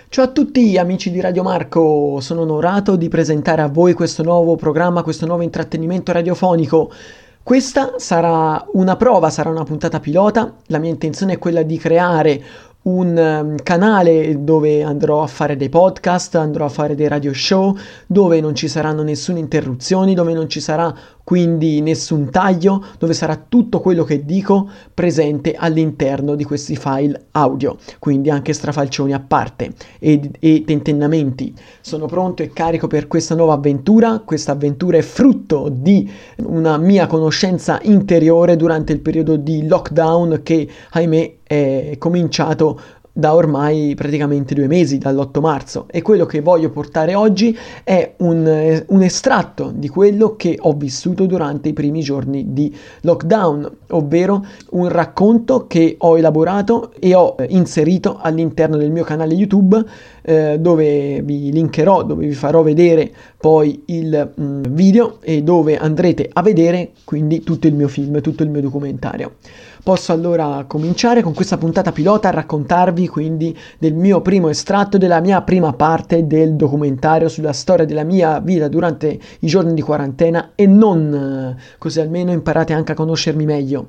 Ciao a tutti amici di Radio Marco, sono onorato di presentare a voi questo nuovo programma, questo nuovo intrattenimento radiofonico. Questa sarà una prova, sarà una puntata pilota. La mia intenzione è quella di creare un canale dove andrò a fare dei podcast, andrò a fare dei radio show, dove non ci saranno nessune interruzioni, dove non ci sarà quindi nessun taglio, dove sarà tutto quello che dico presente all'interno di questi file audio, quindi anche strafalcioni a parte e tentennamenti. Sono pronto e carico per questa nuova avventura. Questa avventura è frutto di una mia conoscenza interiore durante il periodo di lockdown che, ahimè, è cominciato da ormai praticamente 2 mesi, dall'8 marzo, e quello che voglio portare oggi è un estratto di quello che ho vissuto durante i primi giorni di lockdown, ovvero un racconto che ho elaborato e ho inserito all'interno del mio canale YouTube, dove vi linkerò, dove vi farò vedere poi il video e dove andrete a vedere quindi tutto il mio film, tutto il mio documentario. Posso allora cominciare con questa puntata pilota a raccontarvi quindi del mio primo estratto, della mia prima parte del documentario sulla storia della mia vita durante i giorni di quarantena, e non, così almeno imparate anche a conoscermi meglio.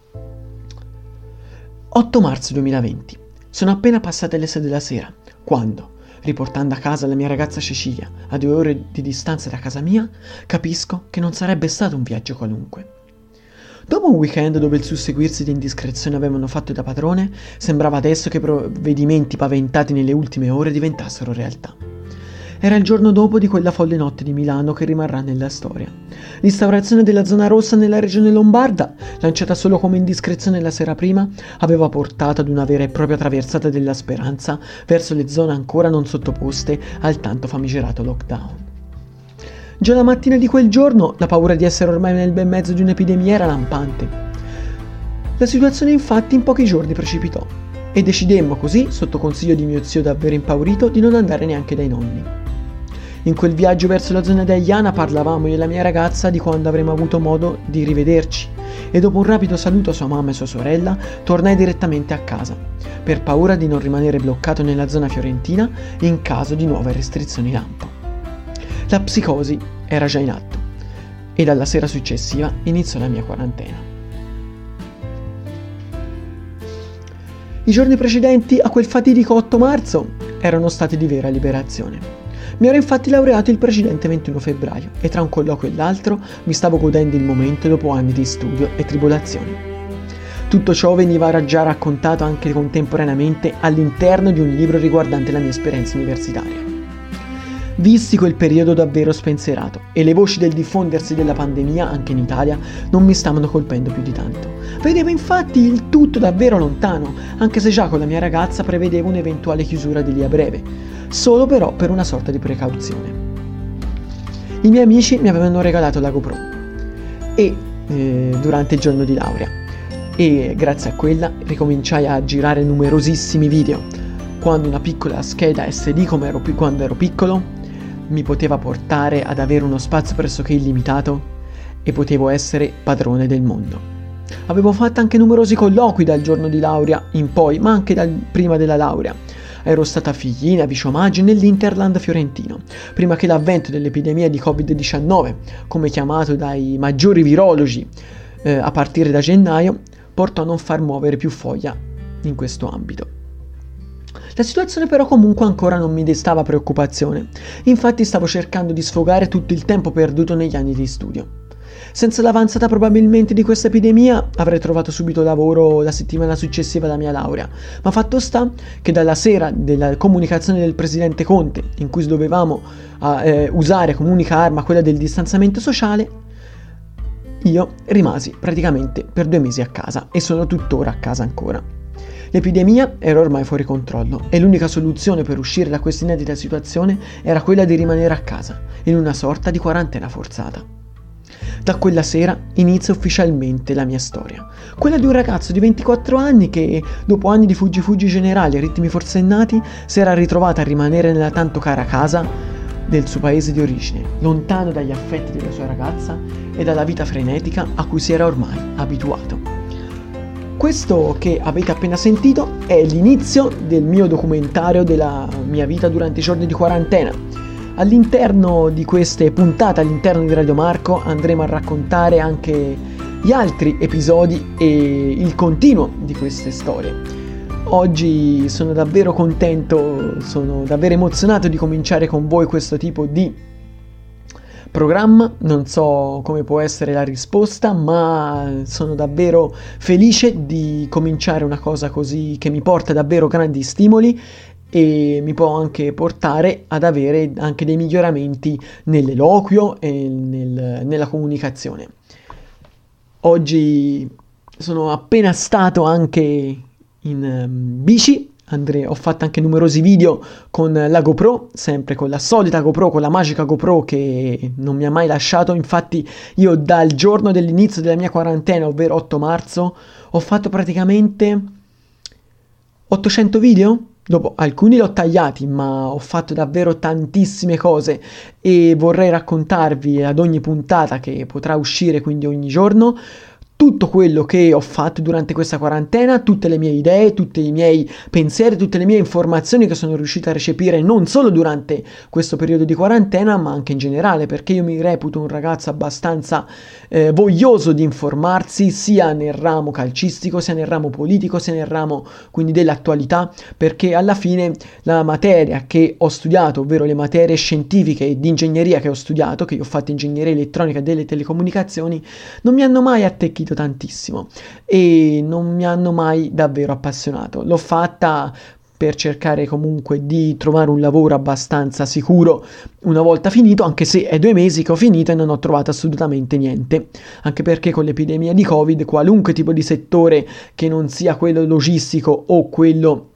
8 marzo 2020. Sono appena passate le 6 della sera, quando, riportando a casa la mia ragazza Cecilia, a 2 ore di distanza da casa mia, capisco che non sarebbe stato un viaggio qualunque. Dopo un weekend dove il susseguirsi di indiscrezioni avevano fatto da padrone, sembrava adesso che i provvedimenti paventati nelle ultime ore diventassero realtà. Era il giorno dopo di quella folle notte di Milano che rimarrà nella storia. L'instaurazione della zona rossa nella regione lombarda, lanciata solo come indiscrezione la sera prima, aveva portato ad una vera e propria traversata della speranza verso le zone ancora non sottoposte al tanto famigerato lockdown. Già la mattina di quel giorno la paura di essere ormai nel bel mezzo di un'epidemia era lampante. La situazione infatti in pochi giorni precipitò e decidemmo così, sotto consiglio di mio zio davvero impaurito, di non andare neanche dai nonni. In quel viaggio verso la zona di Aiana parlavamo io e la mia ragazza di quando avremmo avuto modo di rivederci, e dopo un rapido saluto a sua mamma e sua sorella tornai direttamente a casa, per paura di non rimanere bloccato nella zona fiorentina in caso di nuove restrizioni lampo. La psicosi era già in atto e dalla sera successiva iniziò la mia quarantena. I giorni precedenti a quel fatidico 8 marzo erano stati di vera liberazione. Mi ero infatti laureato il precedente 21 febbraio e tra un colloquio e l'altro mi stavo godendo il momento dopo anni di studio e tribolazioni. Tutto ciò veniva già raccontato anche contemporaneamente all'interno di un libro riguardante la mia esperienza universitaria. Visti quel periodo davvero spensierato e le voci del diffondersi della pandemia anche in Italia non mi stavano colpendo più di tanto. Vedevo infatti il tutto davvero lontano, anche se già con la mia ragazza prevedevo un'eventuale chiusura di lì a breve, solo però per una sorta di precauzione. I miei amici mi avevano regalato la GoPro durante il giorno di laurea, e grazie a quella ricominciai a girare numerosissimi video, quando una piccola scheda SD come quando ero piccolo mi poteva portare ad avere uno spazio pressoché illimitato e potevo essere padrone del mondo. Avevo fatto anche numerosi colloqui dal giorno di laurea in poi, ma anche prima della laurea. Ero stata a Figline, a Vico Maggio, nell'Interland fiorentino, prima che l'avvento dell'epidemia di Covid-19, come chiamato dai maggiori virologi a partire da gennaio, portò a non far muovere più foglia in questo ambito. La situazione però comunque ancora non mi destava preoccupazione, infatti stavo cercando di sfogare tutto il tempo perduto negli anni di studio. Senza l'avanzata probabilmente di questa epidemia avrei trovato subito lavoro la settimana successiva alla mia laurea, ma fatto sta che dalla sera della comunicazione del presidente Conte, in cui dovevamo usare come unica arma quella del distanziamento sociale, io rimasi praticamente per 2 mesi a casa e sono tuttora a casa ancora. L'epidemia era ormai fuori controllo e l'unica soluzione per uscire da questa inedita situazione era quella di rimanere a casa, in una sorta di quarantena forzata. Da quella sera inizia ufficialmente la mia storia, quella di un ragazzo di 24 anni che, dopo anni di fuggi generali e ritmi forsennati, si era ritrovato a rimanere nella tanto cara casa del suo paese di origine, lontano dagli affetti della sua ragazza e dalla vita frenetica a cui si era ormai abituato. Questo che avete appena sentito è l'inizio del mio documentario della mia vita durante i giorni di quarantena. All'interno di queste puntate, all'interno di Radio Marco, andremo a raccontare anche gli altri episodi e il continuo di queste storie. Oggi sono davvero contento, sono davvero emozionato di cominciare con voi questo tipo di programma. Non so come può essere la risposta, ma sono davvero felice di cominciare una cosa così che mi porta davvero grandi stimoli e mi può anche portare ad avere anche dei miglioramenti nell'eloquio e nella comunicazione. Oggi sono appena stato anche in bici. Ho fatto anche numerosi video con la GoPro, sempre con la solita GoPro, con la magica GoPro che non mi ha mai lasciato. Infatti io dal giorno dell'inizio della mia quarantena, ovvero 8 marzo, ho fatto praticamente 800 video. Dopo alcuni li ho tagliati, ma ho fatto davvero tantissime cose e vorrei raccontarvi ad ogni puntata che potrà uscire, quindi ogni giorno, tutto quello che ho fatto durante questa quarantena, tutte le mie idee, tutti i miei pensieri, tutte le mie informazioni che sono riuscito a recepire non solo durante questo periodo di quarantena, ma anche in generale, perché io mi reputo un ragazzo abbastanza voglioso di informarsi, sia nel ramo calcistico, sia nel ramo politico, sia nel ramo quindi dell'attualità, perché alla fine la materia che ho studiato, ovvero le materie scientifiche e di ingegneria che ho studiato, che io ho fatto ingegneria elettronica e delle telecomunicazioni, non mi hanno mai attecchito tantissimo e non mi hanno mai davvero appassionato. L'ho fatta per cercare comunque di trovare un lavoro abbastanza sicuro una volta finito, anche se è 2 mesi che ho finito e non ho trovato assolutamente niente, anche perché con l'epidemia di Covid qualunque tipo di settore che non sia quello logistico o quello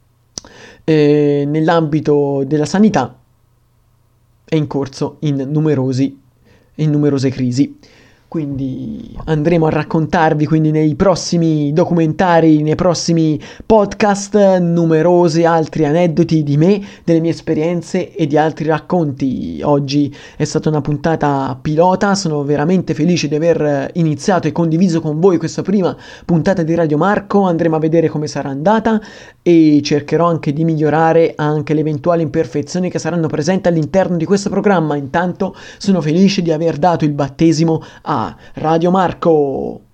nell'ambito della sanità è incorso in numerose crisi. Quindi andremo a raccontarvi quindi nei prossimi documentari, nei prossimi podcast, numerosi altri aneddoti di me, delle mie esperienze e di altri racconti. Oggi è stata una puntata pilota, sono veramente felice di aver iniziato e condiviso con voi questa prima puntata di Radio Marco. Andremo a vedere come sarà andata e cercherò anche di migliorare anche le eventuali imperfezioni che saranno presenti all'interno di questo programma. Intanto sono felice di aver dato il battesimo a Radio Marco.